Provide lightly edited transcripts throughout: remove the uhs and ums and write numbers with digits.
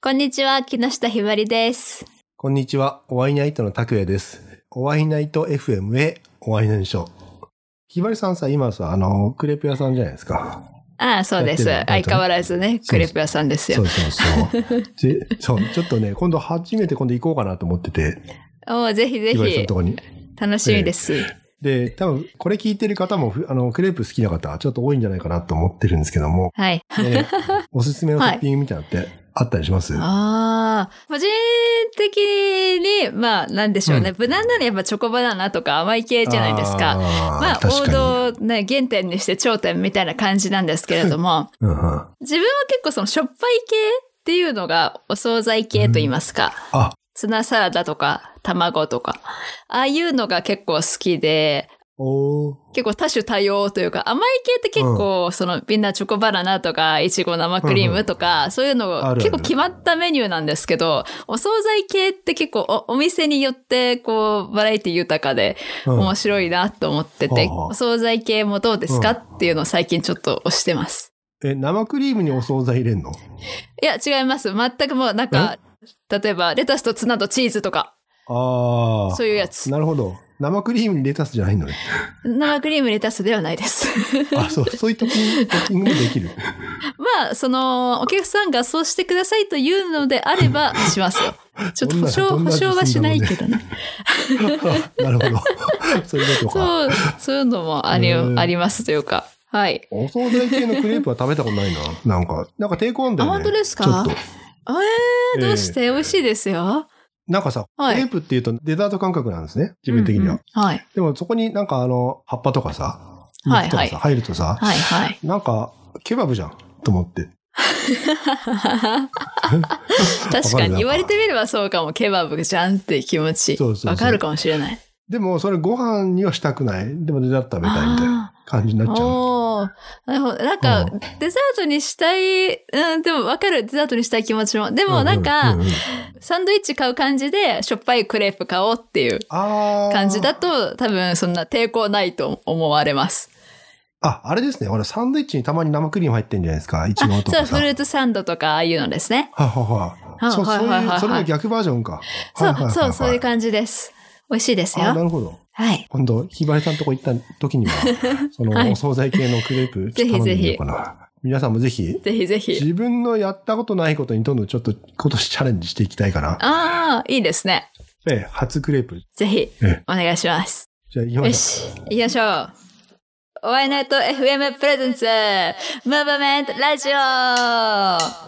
こんにちは、木下ひばりです。 こんにちは、おワイナイトの拓也です。おワイナイト FM へおワイナイトショー。ひばりさんさ、今さ、クレープ屋さんじゃないですか。 ああ、そうです。相変わらずね、クレープ屋さんですよ。 そう、ちょっとね、今度行こうかなと思ってて。 ぜひぜひ。 ひばりさんのとこに。 楽しみです。 で、多分、これ聞いてる方も、クレープ好きな方、ちょっと多いんじゃないかなと思ってるんですけども。 はい。 おすすめのトッピングみたいなのってあったりします？ 個人的に、なんでしょうね。無難なのやっぱチョコバナナとか甘い系じゃないですか。王道ね、原点にして頂点みたいな感じなんですけれども。自分は結構そのしょっぱい系っていうのがお惣菜系と言いますか。ツナサラダとか卵とか、ああいうのが結構好きで、結構多種多様というか、甘い系って結構、みんなチョコバナナとか、いちご生クリームとか、そういうの結構決まったメニューなんですけど、お惣菜系って結構お店によってこう、バラエティ豊かで面白いなと思ってて、お惣菜系もどうですかっていうのを最近ちょっと推してます。 生クリームにお惣菜入れんの？ いや、違います。全くもうなんか、例えばレタスとツナとチーズとか。そういうやつ。 なるほど。生クリームにレタスじゃないのね。 生クリームレタスではないです。 そういうトッピングもできる。 お客さんがそうしてくださいというのであればしますよ。ちょっと保証はしないけどね。 なるほど。そういうことか。 そういうのもありますというか。はい。 お惣菜系のクレープは食べたことないな。なんか抵抗あんだよね。 本当ですか？ ちょっと。 どうして？美味しいですよ。 なんかさ、クレープっていうとデザート感覚なんですね。自分的には。でもそこになんか葉っぱとかさ、肉とかさ、入るとさ、なんかケバブじゃんと思って。 確かに言われてみればそうかも。ケバブじゃんって気持ち。わかるかもしれない。 でもそれご飯にはしたくない。でもデザート食べたいみたいな感じになっちゃう。 なんか、デザートにしたい、でもわかる、デザートにしたい気持ちも。でもなんか、サンドイッチ買う感じで、しょっぱいクレープ買おうっていう感じだと、多分そんな抵抗ないと思われます。 あれですね。俺サンドイッチにたまに生クリーム入ってんじゃないですか。イチゴとかさ。 そう、フルーツサンドとかああいうのですね。 それの逆バージョンか。 そういう感じです。美味しいですよ。 なるほど。 はい。 今度、ひばりさんのとこ行った時には、お惣菜系のクレープ頼んでみようかな。皆さんもぜひ。自分のやったことないことにどんどんちょっと今年チャレンジしていきたいかな。 いいですね。 初クレープ。 ぜひ、お願いします。 じゃあ行きましょう。 行きましょう。おワイナイト FM プレゼンツ、ムーブメントラジオ。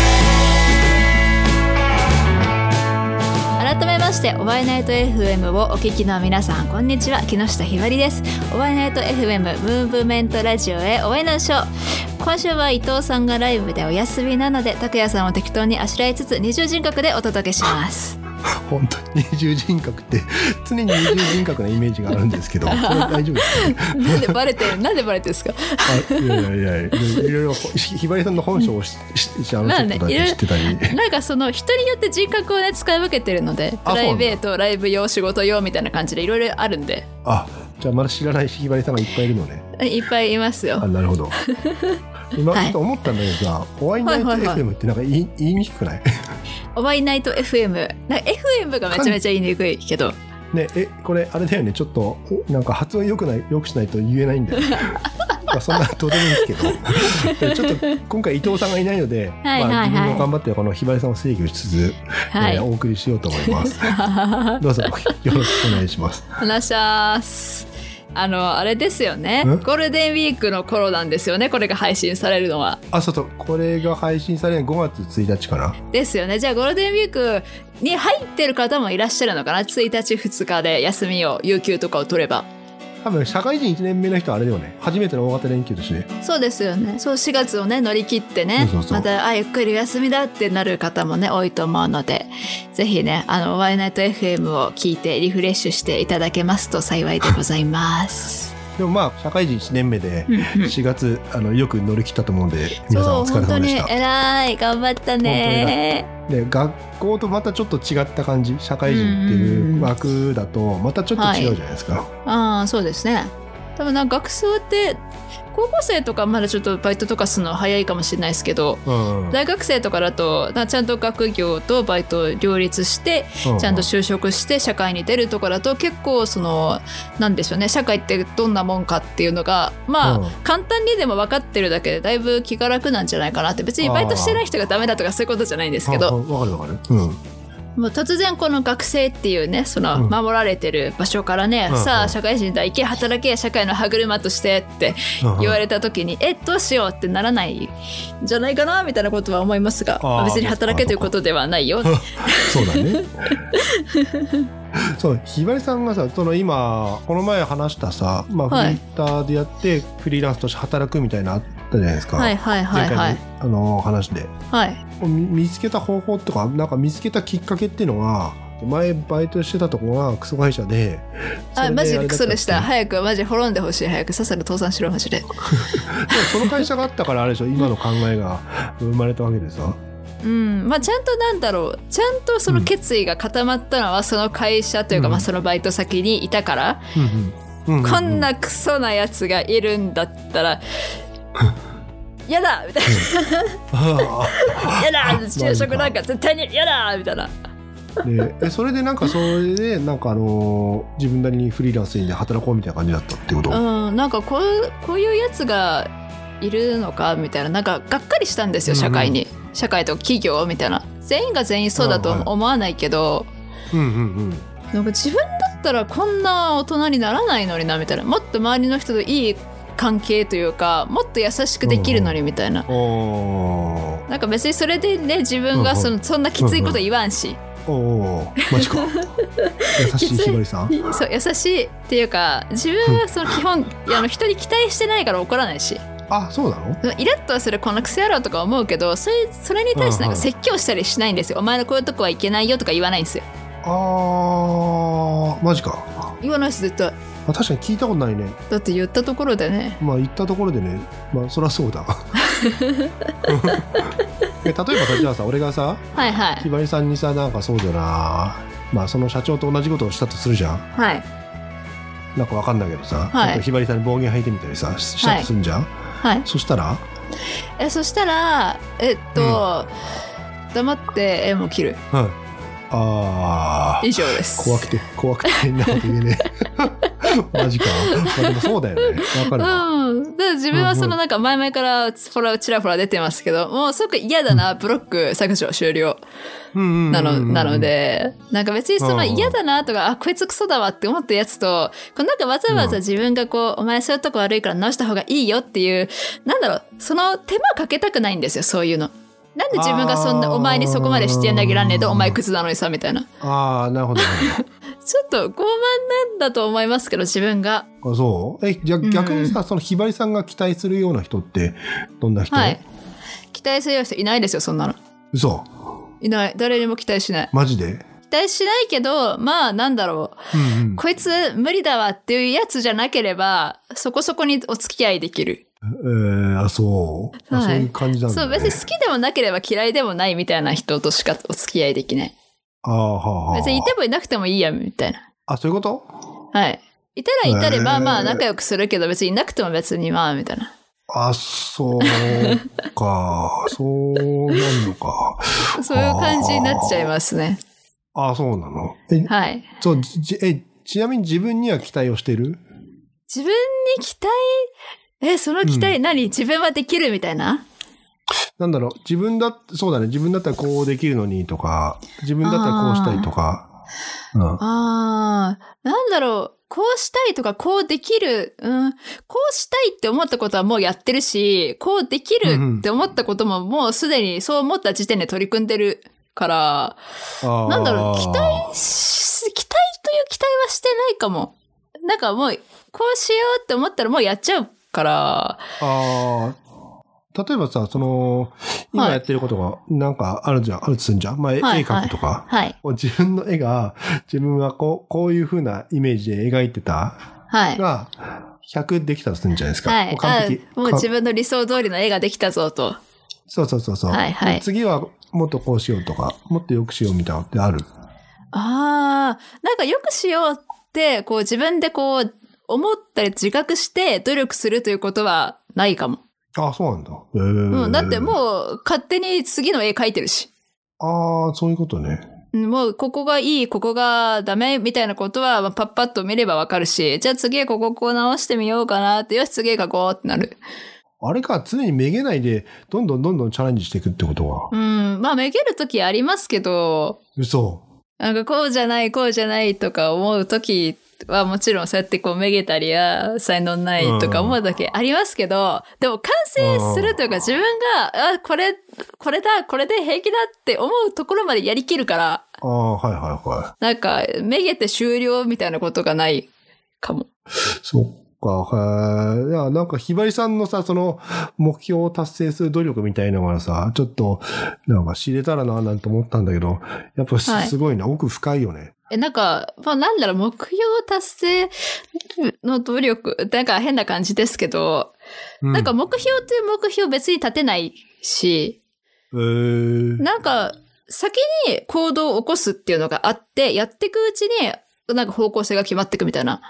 改めましておワイナイト FM をお聞きの皆さん、こんにちは、木下ひばりです。おワイナイト FM ムーブメントラジオへおワイナイトショー。今週は伊藤さんがライブでお休みなので、拓也さんを適当にあしらいつつ二重人格でお届けします。 本当に二重人格って常に二重人格なイメージがあるんですけど、これ大丈夫ですか？ なんでバレてるんですか？ いろいろひばりさんの本性を知ってたり、 なんか人によって人格をね使い分けてるので、プライベート、ライブ用、仕事用みたいな感じでいろいろあるんで。 じゃあまだ知らないひばりさんがいっぱいいるのね。 いっぱいいますよ。 なるほど。今ちょっと思ったんだけどさ、おワイナイト FM ってなんか言いにくくない？ おワイナイト FM。FM がめちゃめちゃ言いにくいけど。 ね、これあれだよね、ちょっとなんか発音よくしないと言えないんだよね。そんなどうでもいいんですけど、ちょっと今回伊藤さんがいないので、自分も頑張ってこのひばりさんを制御しつつ、お送りしようと思います。どうぞよろしくお願いします。 話します。あれですよね。ゴールデンウィークの頃なんですよね。これが配信されるのは。 そう。これが配信されるの5月1日かな。 ですよね。じゃあゴールデンウィークに入ってる方もいらっしゃるのかな。1日2日で休みを、有給とかを取れば。 多分社会人1年目の人はあれだよね。初めての大型連休だしね。 そうですよね。4月をね乗り切ってね、またゆっくり休みだってなる方もね多いと思うので、ぜひねワイナイト FM を聞いてリフレッシュしていただけますと幸いでございます。 でも社会人1年目で4月よく乗り切ったと思うんで、皆さんお疲れ様でした。 本当に偉い、頑張ったね。 で学校とまたちょっと違った感じ、社会人っていう枠だとまたちょっと違うじゃないですか。 そうですね。多分学生って高校生とかまだちょっとバイトとかするの早いかもしれないですけど、大学生とかだとちゃんと学業とバイトを両立して、ちゃんと就職して社会に出るとかだと結構なんでしょうね、社会ってどんなもんかっていうのが簡単にでも分かってるだけでだいぶ気が楽なんじゃないかなって。別にバイトしてない人がダメだとかそういうことじゃないんですけど、 わかるわかる。 もう突然この学生っていうね、守られてる場所からね、さあ社会人だ、行け働け、社会の歯車としてって言われた時に、どうしようってならないんじゃないかなみたいなことは思いますが、別に働けということではないよ。 そうだね。そう、ひばりさんがさ、今この前話したさ、フリーターでやってフリーランスとして働くみたいなあったじゃないですか。前回の話で。見つけた方法とか、なんか見つけたきっかけっていうのが、前バイトしてたとこがクソ会社で、 マジクソでした。早くマジ滅んでほしい。早くさっさと倒産しろマジで。 その会社があったからあれでしょ、今の考えが生まれたわけでさ。 ちゃんとちゃんとその決意が固まったのはその会社というか、そのバイト先にいたから、こんなクソなやつがいるんだったらやだみたいなやだ、就職なんか絶対にやだみたいな。 それでなんか自分なりにフリーランスで働こうみたいな感じだったってこと。 なんかこういうやつがいるのかみたいな、なんかがっかりしたんですよ、社会に。社会と企業みたいな、全員が全員そうだと思わないけど、なんか自分だったらこんな大人にならないのになみたいな、もっと周りの人といい関係というか、もっと優しくできるのにみたいな、なんか別にそれでね、自分がそんなきついこと言わんし、 マジか。優しいひばりさん。 そう、優しいっていうか、自分は基本人に期待してないから怒らないし。 そうなの？ イラッとするこのクソ野郎とか思うけど、それに対してなんか説教したりしないんですよ。お前のこういうとこはいけないよとか言わないんですよ。 マジか。 言わないです、絶対。 確かに聞いたことないね。 だって言ったところでね。 言ったところでね、そりゃそうだ。例えばじゃあさ、俺がさ、ひばりさんにさ、なんかそうだな、その社長と同じことをしたとするじゃん。なんかわかんないけどさ、ひばりさんに暴言吐いてみたりさ、したとするんじゃん。そしたら黙って絵も切る。以上です。 怖くて変なこと言えねえ。マジか。でもそうだよね。わかるわ。 で自分はなんか前々からちらほら出てますけど、もうすごく嫌だな、ブロック削除終了なので、なんか別に嫌だなとか、こいつクソだわって思ったやつと、なんかわざわざ自分がお前そういうとこ悪いから直した方がいいよっていう、その手間かけたくないんですよ、そういうの。なんで自分がそんなお前にそこまでしてやんなきゃなんねえと、お前クズなのにさみたいな。 なるほど。 ちょっと傲慢なんだと思いますけど、自分が。 そう？じゃあ逆にさ、ひばりさんが期待するような人ってどんな人？ 期待するような人いないですよ、そんなの。 嘘？ いない。誰にも期待しない。 マジで？ 期待しないけど、こいつ無理だわっていうやつじゃなければ、そこそこにお付き合いできる。 そう。そういう感じなんだね。 そう、別に好きでもなければ嫌いでもないみたいな人としかお付き合いできない。別にいてもいなくてもいいやみたいな。 そういうこと？ いたらいたで仲良くするけど、別にいなくても別にみたいな。 そうか。そうなんのか。 そういう感じになっちゃいますね。 そうなの？そう、ちなみに自分には期待をしてる？ 自分に期待？その期待何？自分はできるみたいな？ なんだろう、そうだね、自分だったらこうできるのにとか、自分だったらこうしたいとか。 なんだろう、こうしたいとか、こうできる、こうしたいって思ったことはもうやってるし、こうできるって思ったことももうすでにそう思った時点で取り組んでるから、なんだろう、期待という期待はしてないかも。なんかもう、こうしようって思ったらもうやっちゃうから。 例えばさ、今やってることがなんかあるとするんじゃん。絵描くとか。自分の絵が、自分がこういう風なイメージで描いてたが、100できたとするんじゃないですか。もう完璧。 もう自分の理想通りの絵ができたぞと。 そう。次はもっとこうしようとか、もっと良くしようみたいなのってある？ なんか良くしようって、自分で思ったり自覚して努力するということはないかも。 あ、そうなんだ。 だってもう勝手に次の絵描いてるし。 ああ、そういうことね。 もうここがいい、ここがダメみたいなことはパッパッと見ればわかるし、じゃあ次ここ直してみようかなって、よし次描こうってなる。 あれか、常にめげないで、どんどんチャレンジしていくってことは。 まあめげるときありますけど。 嘘。 なんかこうじゃないとか思うときはもちろんそうやってこうめげたり才能ないとか思うだけありますけど、でも完成するというか自分が、これで平気だって思うところまでやりきるから。なんかめげて終了みたいなことがないかも。 そっか。いや、なんかひばりさんのさ、その目標を達成する努力みたいなのがさ、ちょっとなんか知れたらななんて思ったんだけど、やっぱすごいな、奥深いよね。 なんか、まあなんだろう、目標達成の努力、なんか変な感じですけど、なんか目標という目標別に立てないし、なんか先に行動を起こすっていうのがあって、やっていくうちになんか方向性が決まっていくみたいな。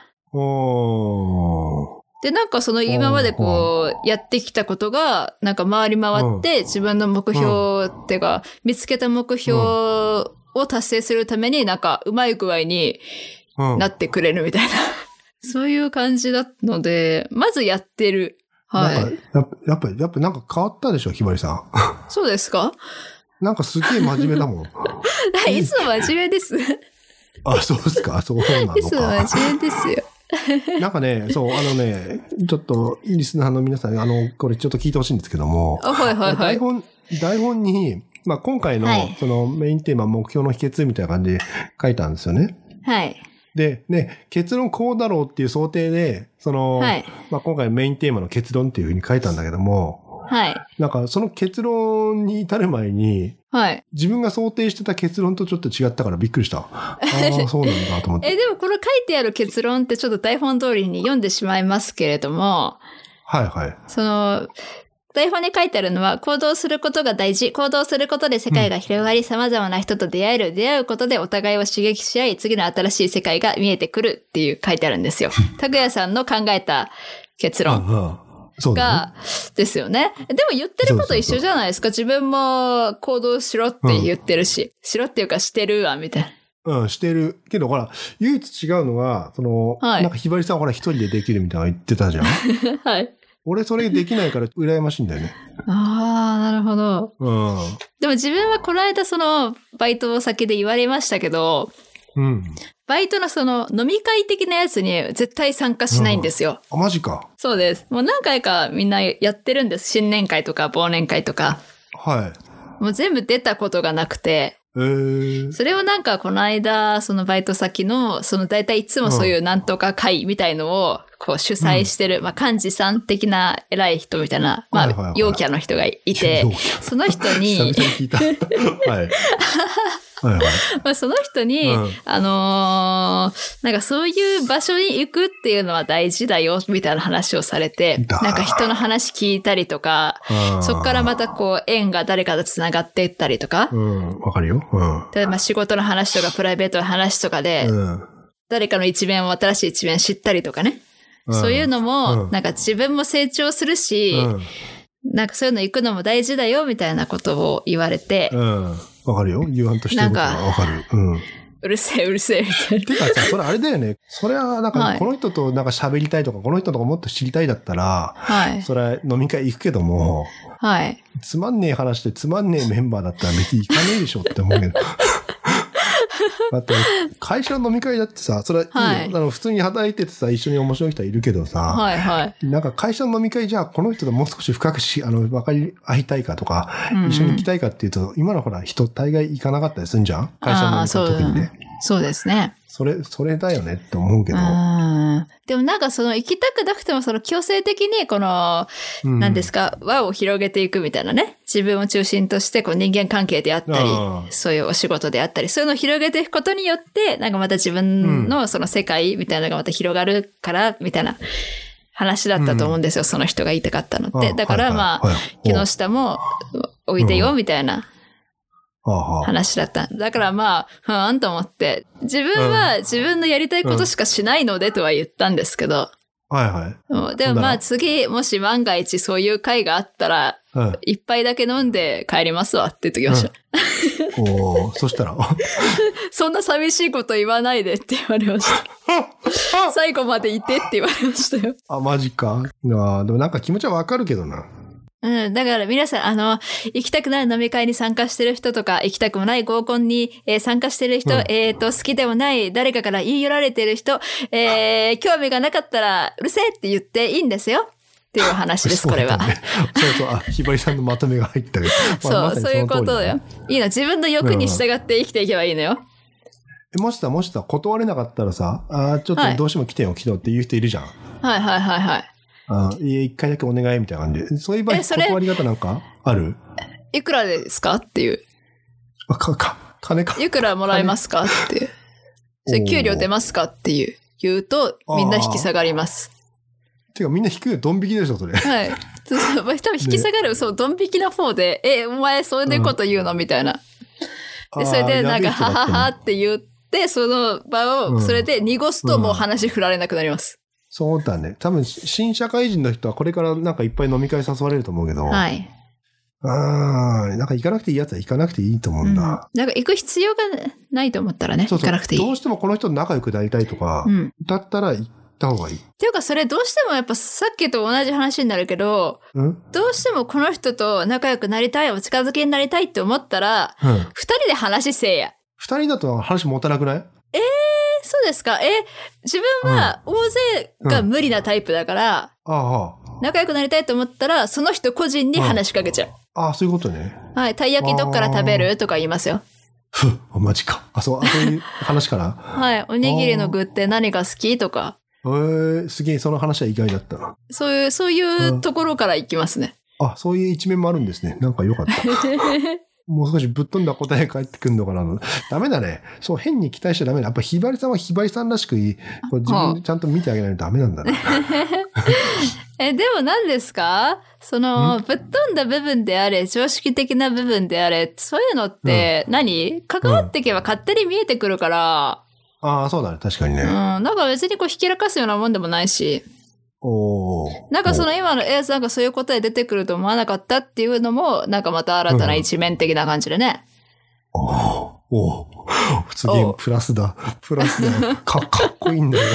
で、なんかその今までこうやってきたことがなんか回り回って自分の目標っていうか見つけた目標を達成するためになんかうまい具合になってくれるみたいな、そういう感じだったので、まずやってる。はい。 やっぱなんか変わったでしょ、ひばりさん。 そうですか？ なんかすげえ真面目だもん。 いつも真面目です。 あ、そうですか。そうなのか。 いつも真面目ですよ。 なんかね、そう、ちょっと、リスナーの皆さん、これちょっと聞いてほしいんですけども、台本に、まあ、今回の、そのメインテーマ、目標の秘訣みたいな感じで書いたんですよね。 はい。 で、ね、結論こうだろうっていう想定で、まあ、今回のメインテーマの結論っていうふうに書いたんだけども、 はい。 なんか、その結論に至る前に、 はい。 自分が想定してた結論とちょっと違ったからびっくりした。ああ、そうなんだと思って。 でもこの書いてある結論ってちょっと台本通りに読んでしまいますけれども、 はいはい。 台本に書いてあるのは、行動することが大事。行動することで世界が広がり、様々な人と出会うことでお互いを刺激し合い、次の新しい世界が見えてくるっていう書いてあるんですよ。拓也さんの考えた結論。が、ですよね。でも言ってること一緒じゃないですか。自分も行動しろって言ってるし。しろっていうかしてるわ、みたいな。してる。けどほら、唯一違うのが、なんかひばりさんほら一人でできるみたいなの言ってたじゃん。 はい。 俺それできないから羨ましいんだよね。 ああ、なるほど。でも自分はこの間バイト先で言われましたけど、バイトの飲み会的なやつに絶対参加しないんですよ。 あ、マジか。 そうです。もう何回かみんなやってるんです。新年会とか忘年会とか。 はい。 もう全部出たことがなくて。それをなんかこの間、バイト先の、大体いつもそういうなんとか会みたいのをこう主催してる、まあ幹事さん的な偉い人みたいな、まあ陽キャの人がいて、その人に、 久々に聞いた。はい。はいはい、 まあその人に、なんかそういう場所に行くっていうのは大事だよみたいな話をされて、なんか人の話聞いたりとか、そこからまたこう縁が誰かと繋がっていったりとか、 わかるよ。 例えば仕事の話とかプライベートの話とかで、誰かの一面を新しい一面知ったりとかね、そういうのもなんか自分も成長するし、なんかそういうの行くのも大事だよみたいなことを言われて、 わかるよ。言わんとしてることはわかる。 うるせえみたいな。 てかさ、それあれだよね。それはなんかこの人となんか喋りたいとか、この人とかもっと知りたいだったら、それは飲み会行くけども、つまんねえ話でつまんねえメンバーだったら別に行かねえでしょって思うけど。だって会社の飲み会だってさ、それはいいよ。普通に働いててさ、一緒に面白い人はいるけどさ、なんか会社の飲み会じゃあこの人ともう少し深く分かり合いたいかとか、一緒に行きたいかっていうと、今のほら人大概行かなかったりするんじゃん？会社の飲み会特にね。 そうですね。 それだよねって思うけど。 でもなんか行きたくなくても強制的に何ですか、輪を広げていくみたいなね。自分を中心として人間関係であったり、そういうお仕事であったり、そういうのを広げていくことによって、なんかまた自分の世界みたいなのがまた広がるから、みたいな話だったと思うんですよ。その人が言いたかったのって。だからまあ、木下も置いてよ、みたいな。 話だった。だからまあ、と思って、自分は自分のやりたいことしかしないのでとは言ったんですけど、 はいはい。 でもまあ次、もし万が一そういう会があったら、一杯だけ飲んで帰りますわって言っときました。 そしたらそんな寂しいこと言わないでって言われました。最後までいてって言われましたよ。 マジか。でもなんか気持ちはわかるけどな。 だから皆さん、行きたくない飲み会に参加してる人とか、行きたくもない合コンに、参加してる人、好きでもない誰かから言い寄られてる人、興味がなかったら、うるせえって言っていいんですよ。っていう話です、これは。 そう、ひばりさんのまとめが入ったけど。そういうことだよ。いいの、自分の欲に従って生きていけばいいのよ。 もしさ、断れなかったらさ、ちょっとどうしても来てよっていう人いるじゃん。 はい。 一回だけお願いみたいな感じで。そういう場合、断り方なんかある？ いくらですかっていう。 金か。 いくらもらえますかっていう。それ給料出ますかっていう。言うと、みんな引き下がります。 てかみんな引くよ。ドン引きでしょ、それ。 はい。多分引き下がる、そう、ドン引きの方で、お前そういうこと言うのみたいな。で、それでなんか、はははって言って、その場を、それで濁すともう話振られなくなります。 そうだね。多分、新社会人の人はこれからなんかいっぱい飲み会誘われると思うけど。 はい。 なんか行かなくていいやつは行かなくていいと思うんだ。 なんか行く必要がないと思ったらね、行かなくていい。 どうしてもこの人と仲良くなりたいとか、だったら行った方がいい。 っていうかそれどうしてもやっぱさっきと同じ話になるけど、どうしてもこの人と仲良くなりたい、お近づきになりたいって思ったら、二人で話せえや。 二人だと話持たなくない？ そうですか。自分は大勢が無理なタイプだから、仲良くなりたいと思ったら、その人個人に話しかけちゃう。 そういうことね。 はい。たい焼きどっから食べるとか言いますよ。 マジか。そういう話かな。 はい。おにぎりの具って何が好きとか。 すげえ、その話は意外だったな。 そういうところから行きますね。 そういう一面もあるんですね。なんか良かった。もう少しぶっ飛んだ答え返ってくるのかな。ダメだね。そう、変に期待しちゃダメだ。やっぱひばりさんはひばりさんらしく自分でちゃんと見てあげないとダメなんだな。 でも何ですか？ぶっ飛んだ部分であれ、常識的な部分であれ、そういうのって、関わっていけば勝手に見えてくるから。 そうだね。確かにね。 なんか別にひきらかすようなもんでもないし。なんか今のなんかそういう答え出てくると思わなかったっていうのも、なんかまた新たな一面的な感じでね。 すげえ、プラスだ。かっこいいんだよ。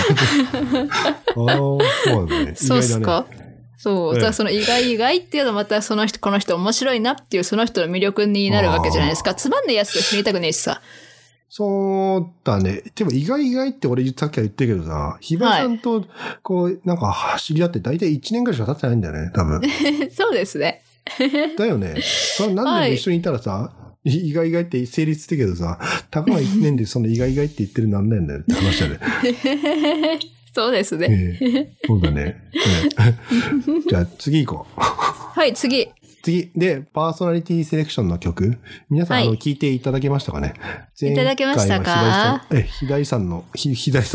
そうだね。 そうっすか。そう。だからその意外っていうのはまたこの人面白いなっていうその人の魅力になるわけじゃないですか。つまんねえやつと知りたくねえしさ。 そうだね。でも意外って俺さっきから言ってるけどさ、ひばりさんとなんか知り合って大体1年ぐらいしか経ってないんだよね、多分。 そうですね。 だよね。それ何年も一緒にいたらさ、意外って成立してるけどさ、たかが1年でその意外って言ってるなんなんだよって話だね。 そうですね。 そうだね。じゃあ次行こう。 はい、次で、パーソナリティセレクションの曲。皆さん、聞いていただけましたかね？ いただけましたか？ ひだりさんの曲。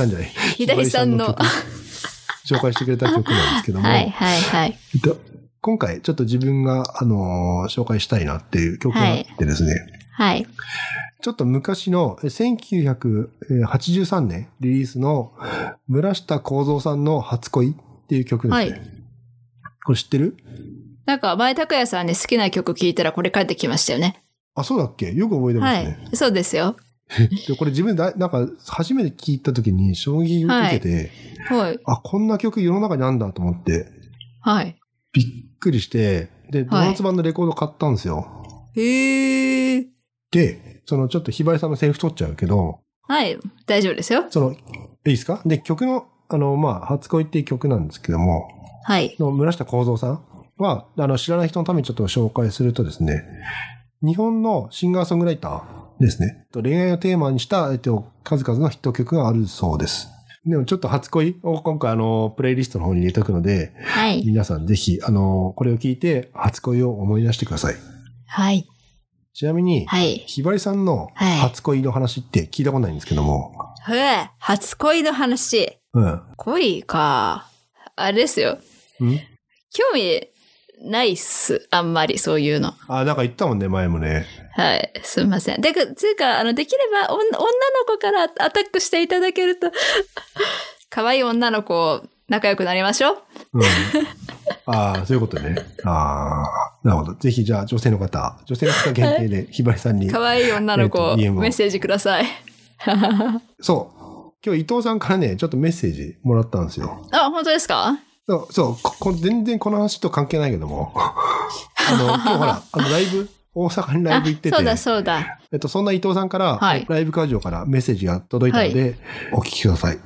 紹介してくれた曲なんですけども。 はい。 今回、ちょっと自分が、紹介したいなっていう曲があってですね。 はい。 ちょっと昔の1983年リリースの村下幸三さんの初恋っていう曲ですね。はい。これ知ってる？ なんか前拓也さんに好きな曲聴いたらこれ返ってきましたよね。 そうだっけ？よく覚えてますね。 はい。そうですよ。 でこれ自分なんか初めて聴いた時に衝撃を受けて、 はい。 こんな曲世の中にあるんだと思って。 はい。 びっくりして、で、ドーナツ版のレコード買ったんですよ。 へー。 で、ちょっとひばりさんのセリフ取っちゃうけど。 はい。大丈夫ですよ。 いいですか？で、曲の、初恋っていう曲なんですけども。 はい。 村下幸三さんは、知らない人のためにちょっと紹介するとですね、日本のシンガーソングライターですね。恋愛をテーマにした、数々のヒット曲があるそうです。でもちょっと初恋を今回プレイリストの方に入れておくので、 はい。 皆さんぜひ、これを聞いて初恋を思い出してください。 はい。 ちなみに、 はい。 ひばりさんの初恋の話って聞いたことないんですけども。 初恋の話。恋か。あれですよ。興味ないっす。あんまりそういうの。 なんか言ったもんね、前もね。 はい。すみません。で、つうか、できれば女の子からアタックしていただけると、可愛い女の子仲良くなりましょう。 うん。そういうことね。なるほど。ぜひじゃあ女性の方限定でひばりさんに。 可愛い女の子、メッセージください。 そう。今日伊藤さんからね、ちょっとメッセージもらったんですよ。 本当ですか？ そう。全然この話と関係ないけども。今日ほら、ライブ、大阪にライブ行ってて。 そうだ。 そんな伊藤さんから、 はい、 ライブ会場からメッセージが届いたので、はい、お聞きください。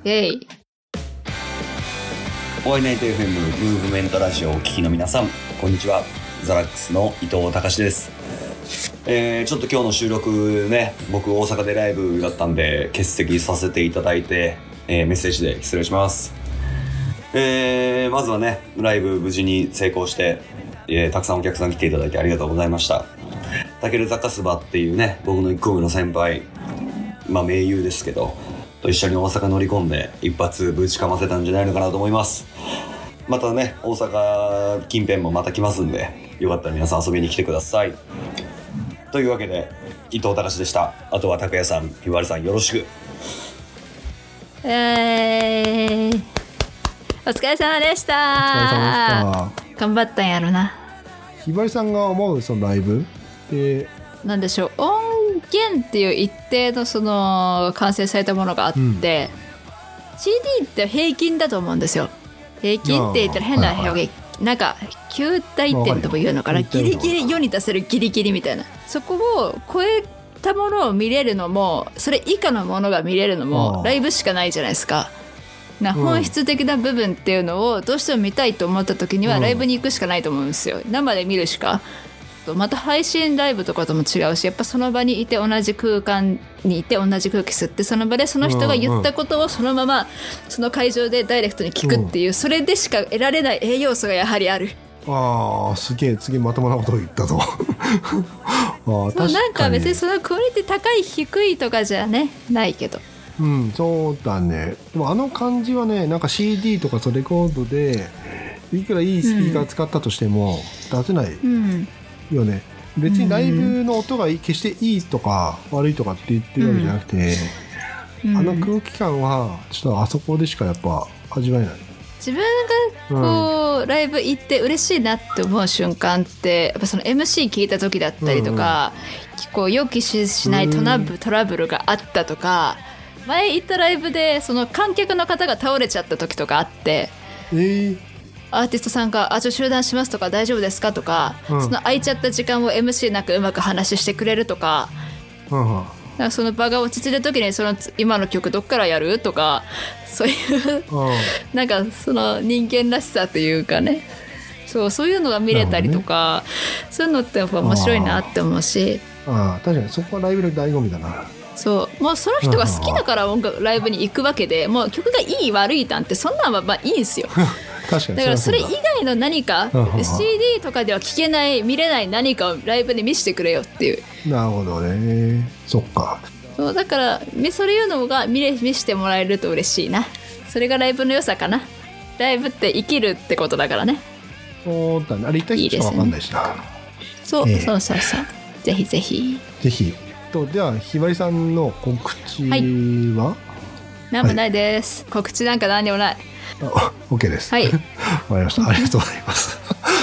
おワイナイト FM ムーブメントラジオをお聞きの皆さん、こんにちは。ザラックスの伊藤隆です。ちょっと今日の収録ね、僕大阪でライブだったんで欠席させていただいて、メッセージで失礼します。まずはね、ライブ無事に成功して、たくさんお客さん来ていただいてありがとうございました。タケルザカスバっていうね、僕の1個上の先輩、盟友ですけど、と一緒に大阪乗り込んで一発ぶちかませたんじゃないのかなと思います。またね、大阪近辺もまた来ますんで、よかったら皆さん遊びに来てください。というわけで、伊藤隆でした。あとは拓也さん、ひばりさんよろしく。 お疲れ様でした。頑張ったんやろな。 ひばりさんが思うそのライブで、 なんでしょう、音源っていう一定のその完成されたものがあって、CD って平均だと思うんですよ。平均って言ったら変な表現、なんか9大点とも言うのかな、ギリギリ世に出せるギリギリみたいな、そこを超えたものを見れるのもそれ以下のものが見れるのもライブしかないじゃないですか。本質的な部分っていうのをどうしても見たいと思った時にはライブに行くしかないと思うんですよ。生で見るしか。また配信ライブとかとも違うし、やっぱその場にいて同じ空間にいて同じ空気吸って、その場でその人が言ったことをそのままその会場でダイレクトに聞くっていう、それでしか得られない栄養素がやはりある。 すげえ、次まともなことを言ったぞ。確かになんか別にそのクオリティ高い低いとかじゃねないけど、 そうだね。でもあの感じはね、なんか CD とかレコードでいくらいいスピーカー使ったとしても出せないよね。別にライブの音が決していいとか悪いとかって言ってるわけじゃなくて、あの空気感はちょっとあそこでしかやっぱ味わえない。 自分がこう、ライブ行って嬉しいなって思う瞬間ってやっぱその MC 聞いた時だったりとか、こう予期しないトラブルがあったとか、前行ったライブでその観客の方が倒れちゃった時とかあって、アーティストさんが集団しますとか大丈夫ですかとか、その空いちゃった時間を MC なくうまく話してくれるとか、なんかその場が落ち着いた時にその今の曲どっからやるとか、そういうなんかその人間らしさというかね、そういうのが見れたりとか、そういうのってやっぱ面白いなって思うし、 確かにそこはライブの醍醐味だな。 もうその人が好きだから音楽ライブに行くわけで、もう曲がいい悪いなんてそんなんはまあいいんですよ。 確かにだからそれ以外の何か CD とかでは聴けない見れない何かをライブで見せてくれよっていう。 なるほどね。そっか。 だからそういうのが見せてもらえると嬉しいな。それがライブの良さかな。ライブって生きるってことだからね。 そうだね。あれ行った人は分かんないしな。 そう。ぜひぜひ。 ではひばりさんの告知は、 何もないです、告知なんか何にもない。 OK です。 はい。 わかりました。ありがとうございます。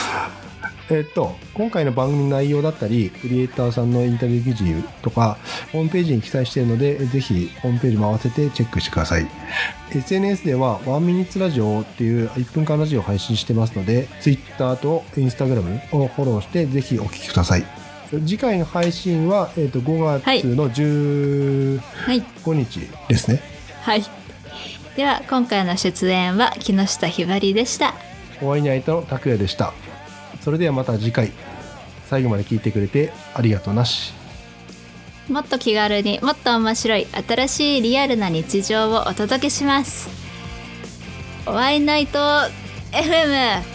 今回の番組の内容だったりクリエイターさんのインタビュー記事とかホームページに記載しているので、ぜひホームページも合わせてチェックしてください。 SNS ではワンミニッツラジオっていう1分間ラジオを配信してますので、 Twitter と Instagram をフォローしてぜひお聞きください。次回の配信は、5月の15日ですね。 はい。では今回の出演は木下ひばりでした。 お会いに会えたの拓也でした。それではまた次回。最後まで聞いてくれてありがとうなし。 もっと気軽にもっと面白い新しいリアルな日常をお届けします。お会いナイト FM。